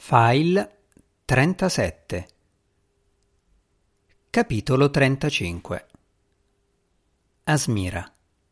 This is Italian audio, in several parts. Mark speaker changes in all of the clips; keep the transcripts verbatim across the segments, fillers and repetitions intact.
Speaker 1: File trentasette. Capitolo trentacinque. Asmira.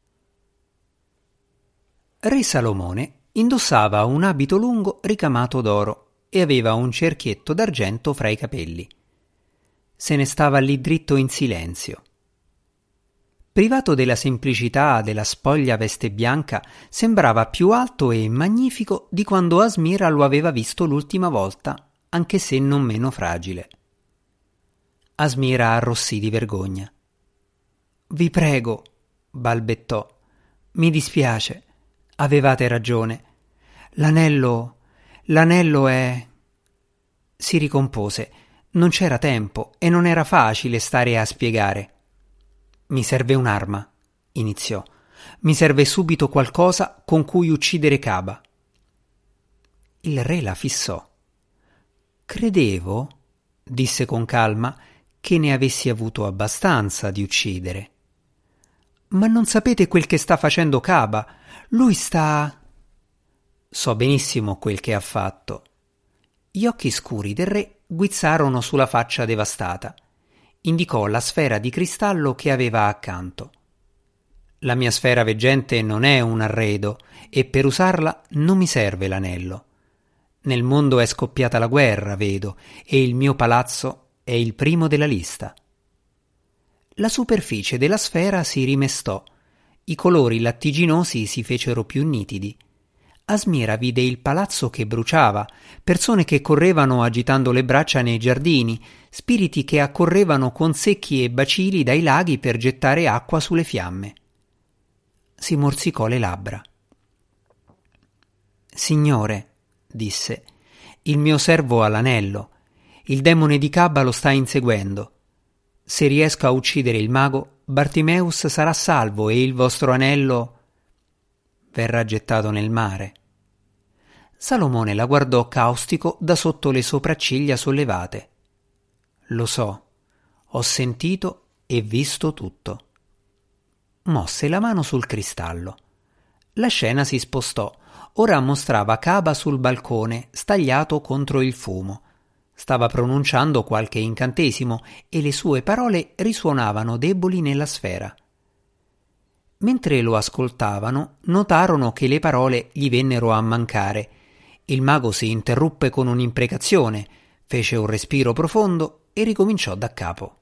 Speaker 1: Re Salomone indossava un abito lungo ricamato d'oro e aveva un cerchietto d'argento fra i capelli. Se ne stava lì dritto in silenzio. Privato della semplicità della spoglia veste bianca, sembrava più alto e magnifico di quando Asmira lo aveva visto l'ultima volta, anche se non meno fragile. Asmira arrossì di vergogna. «Vi prego», balbettò, «mi dispiace, avevate ragione. L'anello, l'anello è...» Si ricompose. Non c'era tempo e non era facile stare a spiegare. «Mi serve un'arma», iniziò. «Mi serve subito qualcosa con cui uccidere Caba». Il re la fissò. «Credevo», disse con calma, «che ne avessi avuto abbastanza di uccidere». «Ma non sapete quel che sta facendo Caba? Lui sta...» «So benissimo quel che ha fatto». Gli occhi scuri del re guizzarono sulla faccia devastata. Indicò la sfera di cristallo che aveva accanto. «La mia sfera veggente non è un arredo e per usarla non mi serve l'anello. Nel mondo è scoppiata la guerra, vedo, e il mio palazzo è il primo della lista». La superficie della sfera si rimestò, i colori lattiginosi si fecero più nitidi. Asmira vide il palazzo che bruciava, persone che correvano agitando le braccia nei giardini, spiriti che accorrevano con secchi e bacili dai laghi per gettare acqua sulle fiamme. Si morsicò le labbra. «Signore», disse, «il mio servo ha l'anello. Il demone di Caba lo sta inseguendo. Se riesco a uccidere il mago, Bartimeus sarà salvo e il vostro anello verrà gettato nel mare». Salomone la guardò caustico da sotto le sopracciglia sollevate. «Lo so, ho sentito e visto tutto». Mosse la mano sul cristallo. La scena si spostò. Ora mostrava Caba sul balcone, stagliato contro il fumo. Stava pronunciando qualche incantesimo e le sue parole risuonavano deboli nella sfera. Mentre lo ascoltavano, notarono che le parole gli vennero a mancare. Il mago si interruppe con un'imprecazione, fece un respiro profondo e ricominciò da capo.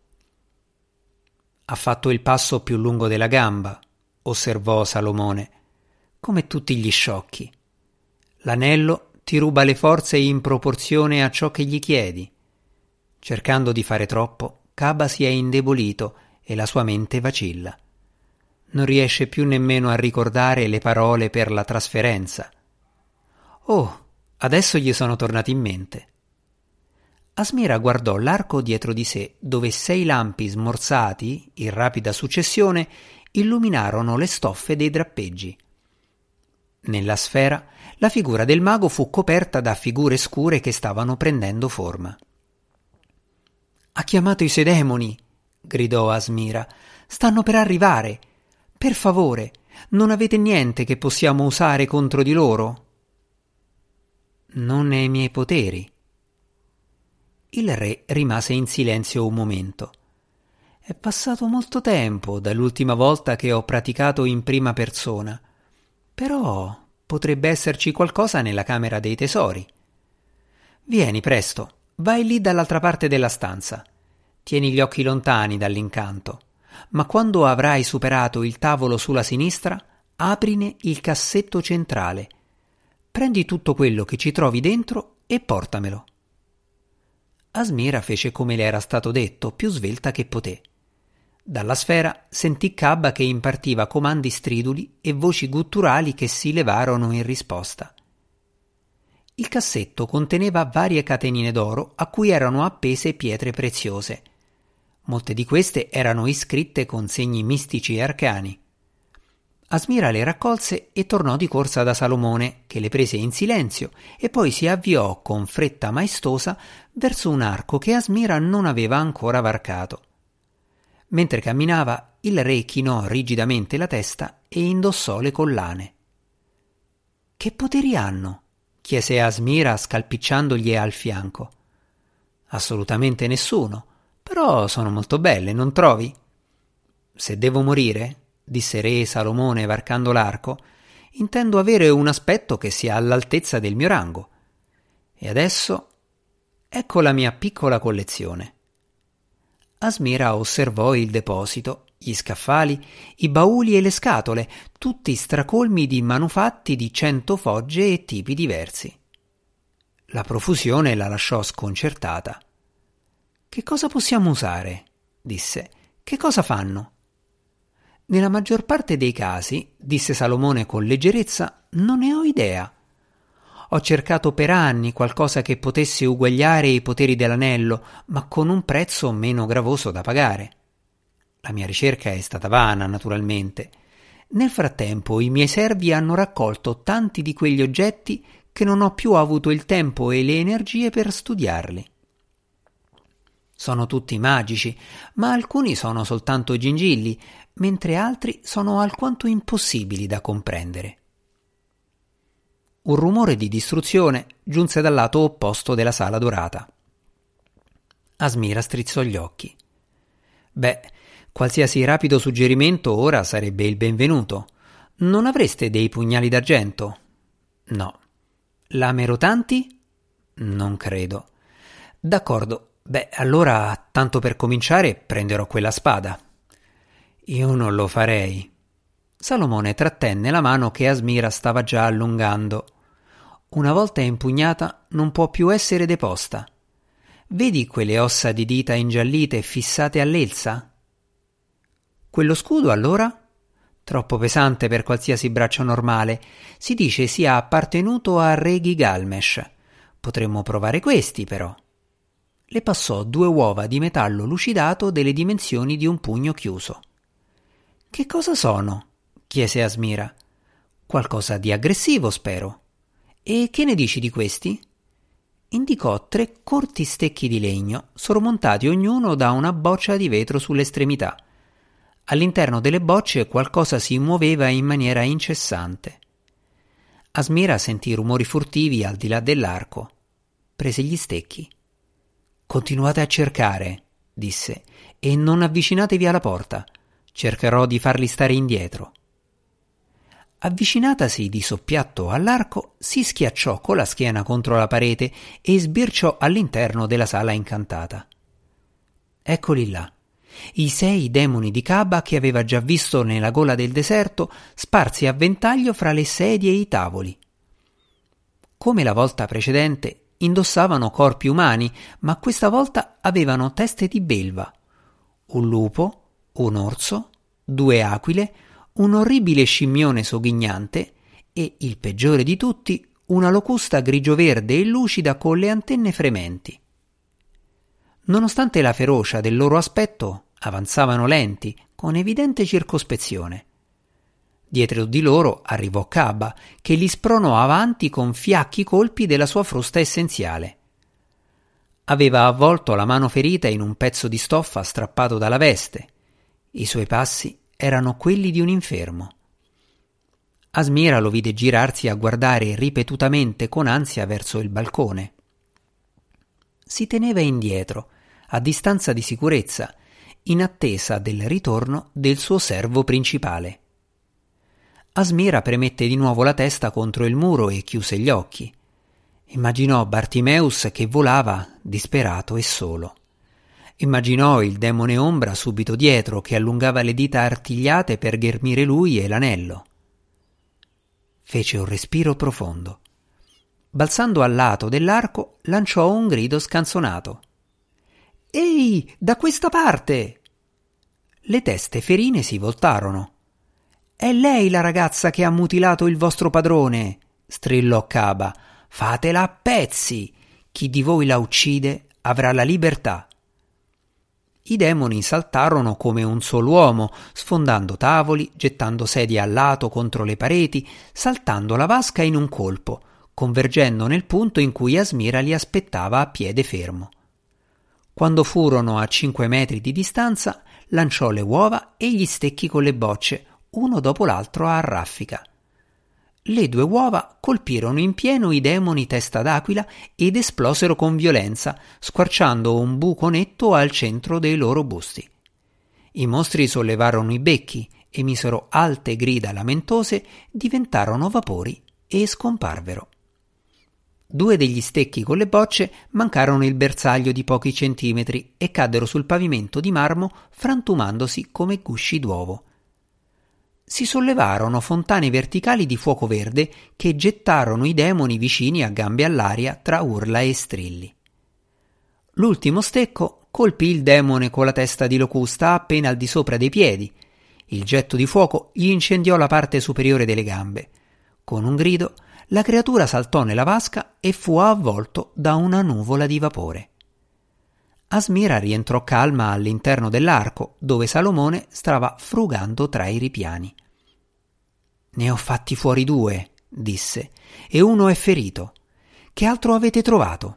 Speaker 1: «Ha fatto il passo più lungo della gamba», osservò Salomone, «come tutti gli sciocchi. L'anello ti ruba le forze in proporzione a ciò che gli chiedi. Cercando di fare troppo, Caba si è indebolito e la sua mente vacilla. Non riesce più nemmeno a ricordare le parole per la trasferenza. Oh, adesso gli sono tornati in mente». Asmira guardò l'arco dietro di sé, dove sei lampi smorzati, in rapida successione, illuminarono le stoffe dei drappeggi. Nella sfera, la figura del mago fu coperta da figure scure che stavano prendendo forma. «Ha chiamato i suoi demoni!» gridò Asmira. «Stanno per arrivare! Per favore, non avete niente che possiamo usare contro di loro?» «Non nei miei poteri». Il re rimase in silenzio un momento. «È passato molto tempo dall'ultima volta che ho praticato in prima persona. Però potrebbe esserci qualcosa nella camera dei tesori. Vieni presto, vai lì dall'altra parte della stanza. Tieni gli occhi lontani dall'incanto. Ma quando avrai superato il tavolo sulla sinistra, aprine il cassetto centrale. Prendi tutto quello che ci trovi dentro e portamelo». Asmira fece come le era stato detto, più svelta che poté. Dalla sfera sentì Caba che impartiva comandi striduli e voci gutturali che si levarono in risposta. Il cassetto conteneva varie catenine d'oro a cui erano appese pietre preziose. Molte di queste erano iscritte con segni mistici e arcani. Asmira le raccolse e tornò di corsa da Salomone, che le prese in silenzio e poi si avviò con fretta maestosa verso un arco che Asmira non aveva ancora varcato. Mentre camminava, il re chinò rigidamente la testa e indossò le collane. «Che poteri hanno?» chiese Asmira scalpicciandogli al fianco. Assolutamente nessuno, però sono molto belle, non trovi? Se devo morire, disse Re Salomone varcando l'arco, intendo avere un aspetto che sia all'altezza del mio rango. E adesso ecco la mia piccola collezione. Asmira osservò il deposito, gli scaffali, i bauli e le scatole, tutti stracolmi di manufatti di cento fogge e tipi diversi. La profusione la lasciò sconcertata. «Che cosa possiamo usare?» disse. «Che cosa fanno?» «Nella maggior parte dei casi», disse Salomone con leggerezza, «non ne ho idea. Ho cercato per anni qualcosa che potesse uguagliare i poteri dell'anello, ma con un prezzo meno gravoso da pagare. La mia ricerca è stata vana, naturalmente. Nel frattempo i miei servi hanno raccolto tanti di quegli oggetti che non ho più avuto il tempo e le energie per studiarli. Sono tutti magici, ma alcuni sono soltanto gingilli, mentre altri sono alquanto impossibili da comprendere». Un rumore di distruzione giunse dal lato opposto della sala dorata. Asmira strizzò gli occhi. «Beh, qualsiasi rapido suggerimento ora sarebbe il benvenuto. Non avreste dei pugnali d'argento?» «No». «Lame rotanti?» «Non credo». «D'accordo. Beh, allora, tanto per cominciare, prenderò quella spada». «Io non lo farei». Salomone trattenne la mano che Asmira stava già allungando. «Una volta impugnata non può più essere deposta. Vedi quelle ossa di dita ingiallite fissate all'elsa? Quello scudo, allora? Troppo pesante per qualsiasi braccio normale. Si dice sia appartenuto a Re Gilgamesh. Potremmo provare questi, però». Le passò due uova di metallo lucidato delle dimensioni di un pugno chiuso. «Che cosa sono?» chiese Asmira. «Qualcosa di aggressivo, spero. E che ne dici di questi?» Indicò tre corti stecchi di legno, sormontati ognuno da una boccia di vetro sull'estremità. All'interno delle bocce qualcosa si muoveva in maniera incessante. Asmira sentì rumori furtivi al di là dell'arco. Prese gli stecchi. «Continuate a cercare», disse, «e non avvicinatevi alla porta. Cercherò di farli stare indietro». Avvicinatasi di soppiatto all'arco, si schiacciò con la schiena contro la parete e sbirciò all'interno della sala incantata. Eccoli là, i sei demoni di Kaaba che aveva già visto nella gola del deserto, sparsi a ventaglio fra le sedie e i tavoli. Come la volta precedente, indossavano corpi umani, ma questa volta avevano teste di belva. Un lupo, un orso, due aquile, un orribile scimmione sogghignante e, il peggiore di tutti, una locusta grigio-verde e lucida con le antenne frementi. Nonostante la ferocia del loro aspetto, avanzavano lenti, con evidente circospezione. Dietro di loro arrivò Kaaba, che li spronò avanti con fiacchi colpi della sua frusta essenziale. Aveva avvolto la mano ferita in un pezzo di stoffa strappato dalla veste. I suoi passi erano quelli di un infermo. Asmira lo vide girarsi a guardare ripetutamente con ansia verso il balcone. Si teneva indietro, a distanza di sicurezza, in attesa del ritorno del suo servo principale. Asmira premette di nuovo la testa contro il muro e chiuse gli occhi. Immaginò Bartimeus che volava, disperato e solo. Immaginò il demone ombra subito dietro che allungava le dita artigliate per ghermire lui e l'anello. Fece un respiro profondo. Balzando al lato dell'arco, lanciò un grido scanzonato. «Ehi, da questa parte!» Le teste ferine si voltarono. «È lei la ragazza che ha mutilato il vostro padrone!» strillò Kaaba. «Fatela a pezzi! Chi di voi la uccide avrà la libertà!» I demoni saltarono come un solo uomo, sfondando tavoli, gettando sedie al lato contro le pareti, saltando la vasca in un colpo, convergendo nel punto in cui Asmira li aspettava a piede fermo. Quando furono a cinque metri di distanza, lanciò le uova e gli stecchi con le bocce, uno dopo l'altro a raffica. Le due uova colpirono in pieno i demoni testa d'aquila ed esplosero con violenza, squarciando un buco netto al centro dei loro busti. I mostri sollevarono i becchi, emisero alte grida lamentose, diventarono vapori e scomparvero. Due degli stecchi con le bocce mancarono il bersaglio di pochi centimetri e caddero sul pavimento di marmo frantumandosi come gusci d'uovo. Si sollevarono fontane verticali di fuoco verde che gettarono i demoni vicini a gambe all'aria tra urla e strilli. L'ultimo stecco colpì il demone con la testa di locusta appena al di sopra dei piedi. Il getto di fuoco gli incendiò la parte superiore delle gambe. Con un grido, la creatura saltò nella vasca e fu avvolto da una nuvola di vapore. Asmira rientrò calma all'interno dell'arco, dove Salomone stava frugando tra i ripiani. «Ne ho fatti fuori due», disse, «e uno è ferito. Che altro avete trovato?»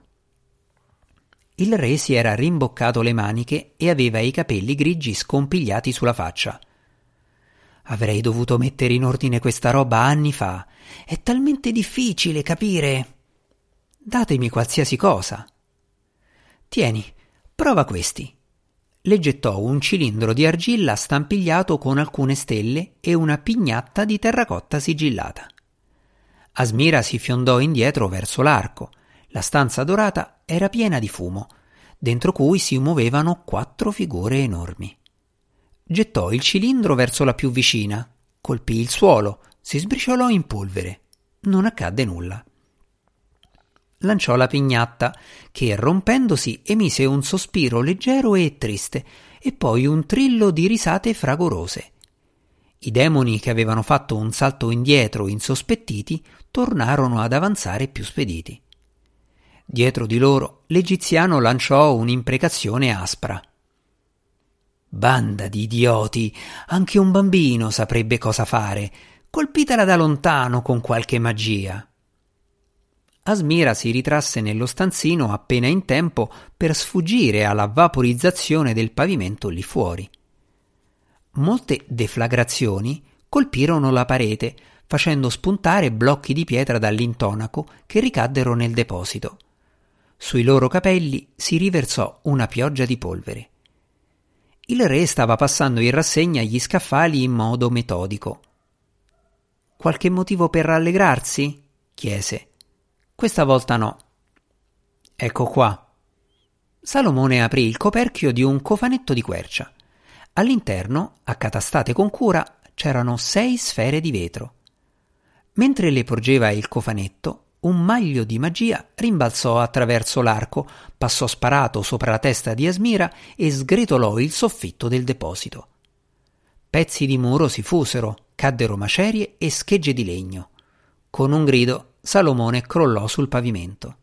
Speaker 1: Il re si era rimboccato le maniche e aveva i capelli grigi scompigliati sulla faccia. «Avrei dovuto mettere in ordine questa roba anni fa. È talmente difficile capire. Datemi qualsiasi cosa. Tieni, prova questi». Le gettò un cilindro di argilla stampigliato con alcune stelle e una pignatta di terracotta sigillata. Asmira si fiondò indietro verso l'arco. La stanza dorata era piena di fumo, dentro cui si muovevano quattro figure enormi. Gettò il cilindro verso la più vicina, colpì il suolo, si sbriciolò in polvere. Non accadde nulla. Lanciò la pignatta, che rompendosi emise un sospiro leggero e triste, e poi un trillo di risate fragorose. I demoni, che avevano fatto un salto indietro insospettiti, tornarono ad avanzare più spediti. Dietro di loro l'egiziano lanciò un'imprecazione aspra. «Banda di idioti! Anche un bambino saprebbe cosa fare! Colpitela da lontano con qualche magia!» Asmira si ritrasse nello stanzino appena in tempo per sfuggire alla vaporizzazione del pavimento lì fuori. Molte deflagrazioni colpirono la parete, facendo spuntare blocchi di pietra dall'intonaco che ricaddero nel deposito. Sui loro capelli si riversò una pioggia di polvere. Il re stava passando in rassegna gli scaffali in modo metodico. «Qualche motivo per rallegrarsi?» chiese. «Questa volta no». «Ecco qua». Salomone aprì il coperchio di un cofanetto di quercia. All'interno, accatastate con cura, c'erano sei sfere di vetro. Mentre le porgeva il cofanetto, un maglio di magia rimbalzò attraverso l'arco, passò sparato sopra la testa di Asmira e sgretolò il soffitto del deposito. Pezzi di muro si fusero, caddero macerie e schegge di legno. Con un grido, Salomone crollò sul pavimento.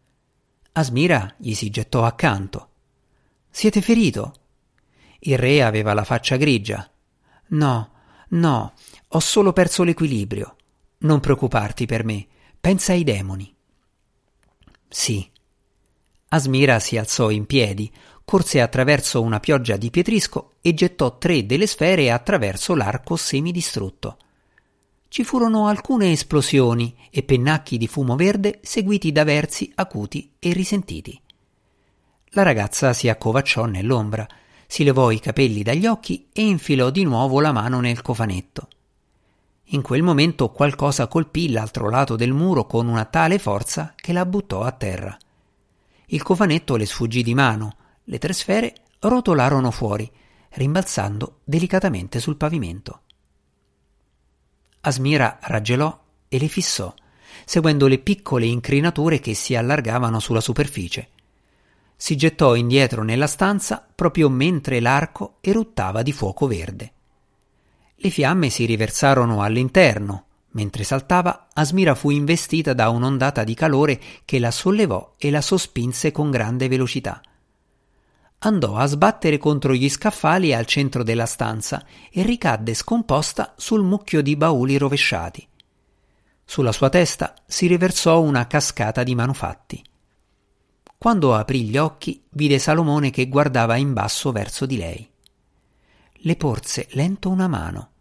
Speaker 1: Asmira gli si gettò accanto. «Siete ferito?» Il re aveva la faccia grigia. «No, no, ho solo perso l'equilibrio. Non preoccuparti per me, pensa ai demoni». «Sì». Asmira si alzò in piedi, corse attraverso una pioggia di pietrisco e gettò tre delle sfere attraverso l'arco semidistrutto. Ci furono alcune esplosioni e pennacchi di fumo verde seguiti da versi acuti e risentiti. La ragazza si accovacciò nell'ombra, si levò i capelli dagli occhi e infilò di nuovo la mano nel cofanetto. In quel momento qualcosa colpì l'altro lato del muro con una tale forza che la buttò a terra. Il cofanetto le sfuggì di mano, le tre sfere rotolarono fuori, rimbalzando delicatamente sul pavimento. Asmira raggelò e le fissò, seguendo le piccole incrinature che si allargavano sulla superficie. Si gettò indietro nella stanza proprio mentre l'arco eruttava di fuoco verde. Le fiamme si riversarono all'interno. Mentre saltava, Asmira fu investita da un'ondata di calore che la sollevò e la sospinse con grande velocità. Andò a sbattere contro gli scaffali al centro della stanza e ricadde scomposta sul mucchio di bauli rovesciati. Sulla sua testa si riversò una cascata di manufatti. Quando aprì gli occhi, vide Salomone che guardava in basso verso di lei. Le porse lento una mano.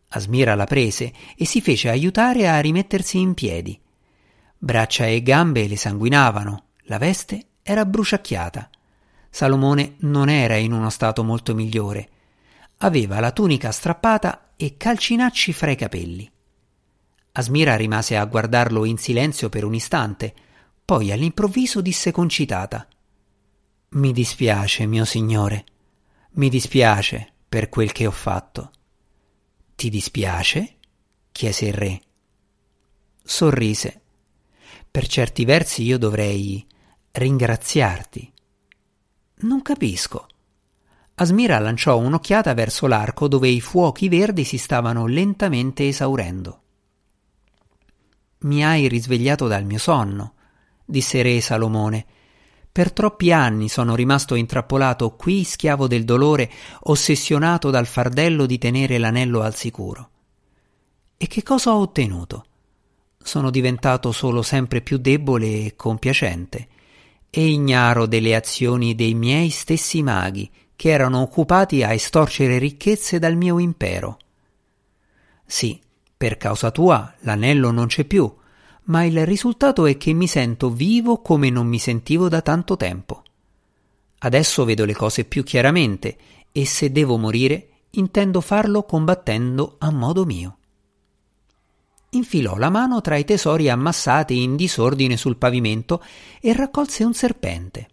Speaker 1: Asmira la prese e si fece aiutare a rimettersi in piedi. Braccia e gambe le sanguinavano, la veste era bruciacchiata. Salomone non era in uno stato molto migliore. Aveva la tunica strappata e calcinacci fra i capelli. Asmira rimase a guardarlo in silenzio per un istante, poi all'improvviso disse concitata: «Mi dispiace, mio signore, mi dispiace per quel che ho fatto». «Ti dispiace?» chiese il re. Sorrise. «Per certi versi io dovrei ringraziarti». «Non capisco». Asmira lanciò un'occhiata verso l'arco dove i fuochi verdi si stavano lentamente esaurendo. «Mi hai risvegliato dal mio sonno», disse re Salomone. «Per troppi anni sono rimasto intrappolato qui, schiavo del dolore, ossessionato dal fardello di tenere l'anello al sicuro. E che cosa ho ottenuto? Sono diventato solo sempre più debole e compiacente, e ignaro delle azioni dei miei stessi maghi, che erano occupati a estorcere ricchezze dal mio impero. Sì, per causa tua l'anello non c'è più, ma il risultato è che mi sento vivo come non mi sentivo da tanto tempo. Adesso vedo le cose più chiaramente e se devo morire intendo farlo combattendo a modo mio». Infilò la mano tra i tesori ammassati in disordine sul pavimento e raccolse un serpente.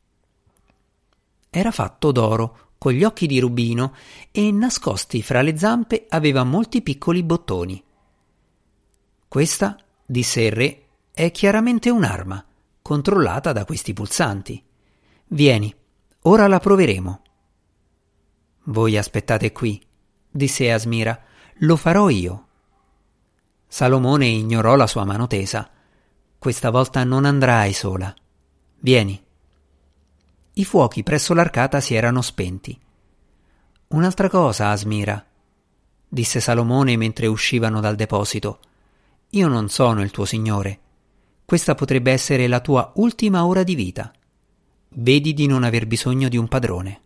Speaker 1: Era fatto d'oro, con gli occhi di rubino, e nascosti fra le zampe aveva molti piccoli bottoni. «Questa», disse il re, «è chiaramente un'arma, controllata da questi pulsanti. Vieni, ora la proveremo». «Voi aspettate qui», disse Asmira, «lo farò io». Salomone ignorò la sua mano tesa. «Questa volta non andrai sola. Vieni». I fuochi presso l'arcata si erano spenti. «Un'altra cosa, Asmira», disse Salomone mentre uscivano dal deposito. «Io non sono il tuo signore. Questa potrebbe essere la tua ultima ora di vita. Vedi di non aver bisogno di un padrone».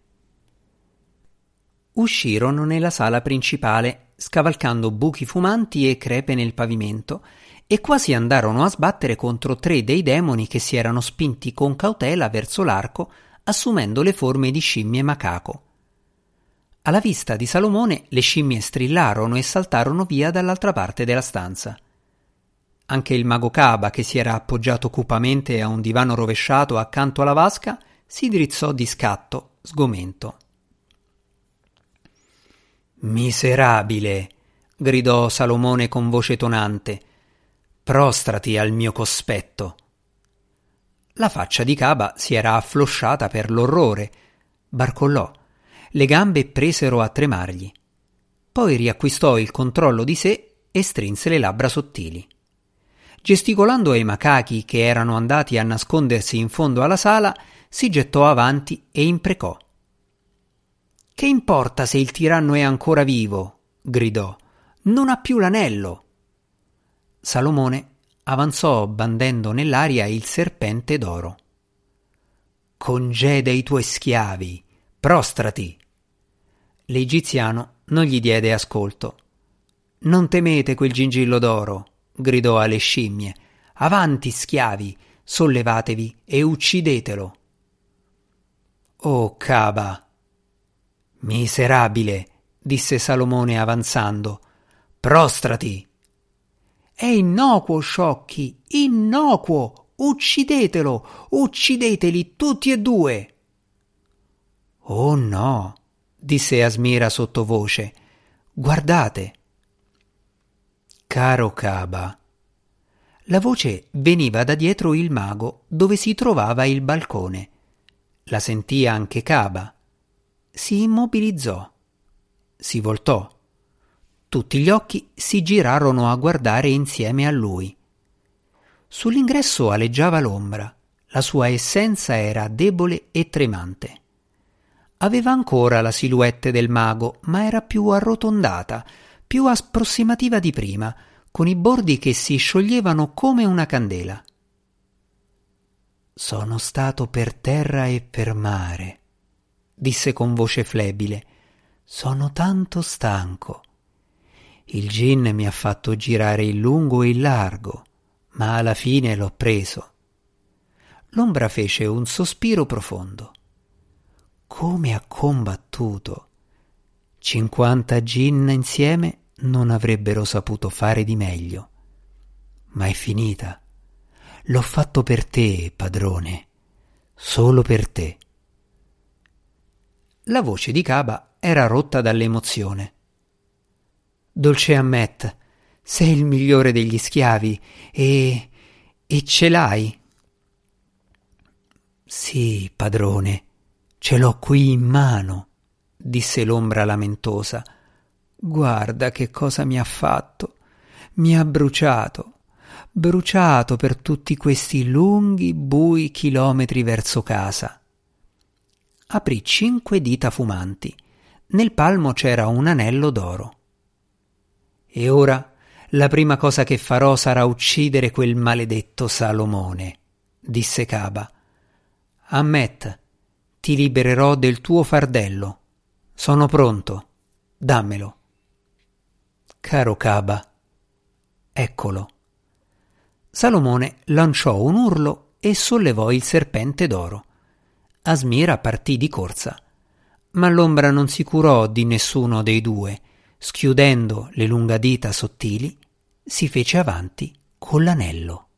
Speaker 1: Uscirono nella sala principale, scavalcando buchi fumanti e crepe nel pavimento, e quasi andarono a sbattere contro tre dei demoni che si erano spinti con cautela verso l'arco, assumendo le forme di scimmie macaco. Alla vista di Salomone le scimmie strillarono e saltarono via dall'altra parte della stanza. Anche il mago Caba, che si era appoggiato cupamente a un divano rovesciato accanto alla vasca, si drizzò di scatto, sgomento. «Miserabile!» gridò Salomone con voce tonante. «Prostrati al mio cospetto!» La faccia di Caba si era afflosciata per l'orrore. Barcollò. Le gambe presero a tremargli. Poi riacquistò il controllo di sé e strinse le labbra sottili. Gesticolando ai macachi che erano andati a nascondersi in fondo alla sala, si gettò avanti e imprecò. «Che importa se il tiranno è ancora vivo?» gridò. «Non ha più l'anello!» Salomone avanzò bandendo nell'aria il serpente d'oro. «Congeda i tuoi schiavi, prostrati!» L'egiziano non gli diede ascolto. «Non temete quel gingillo d'oro!» gridò alle scimmie. «Avanti, schiavi, sollevatevi e uccidetelo!» «Oh, Caba!» «Miserabile!» disse Salomone avanzando. «Prostrati!» «È innocuo, sciocchi, innocuo! Uccidetelo! Uccideteli tutti e due!» «Oh no!» disse Asmira sottovoce. «Guardate!» «Caro Caba!» La voce veniva da dietro il mago, dove si trovava il balcone. La sentì anche Caba. Si immobilizzò. Si voltò. Tutti gli occhi si girarono a guardare insieme a lui. Sull'ingresso aleggiava l'ombra. La sua essenza era debole e tremante. Aveva ancora la silhouette del mago, ma era più arrotondata, più approssimativa di prima, con i bordi che si scioglievano come una candela. «Sono stato per terra e per mare», disse con voce flebile. «Sono tanto stanco. Il gin mi ha fatto girare in lungo e in largo, ma alla fine l'ho preso. L'ombra fece un sospiro profondo. Come ha combattuto! Cinquanta gin insieme non avrebbero saputo fare di meglio. Ma è finita. L'ho fatto per te, padrone. Solo per te. La voce di Caba era rotta dall'emozione. Dolce Ammet, sei il migliore degli schiavi e... e ce l'hai? Sì, padrone, ce l'ho qui in mano, disse l'ombra lamentosa. Guarda che cosa mi ha fatto. Mi ha bruciato, bruciato per tutti questi lunghi, bui chilometri verso casa. Aprì cinque dita fumanti. Nel palmo c'era un anello d'oro. E ora la prima cosa che farò sarà uccidere quel maledetto Salomone, disse Caba. Ammet, ti libererò del tuo fardello. Sono pronto. Dammelo. Caro Caba, eccolo. Salomone lanciò un urlo e sollevò il serpente d'oro. Asmira partì di corsa, ma l'ombra non si curò di nessuno dei due. Schiudendo le lunga dita sottili, si fece avanti con l'anello.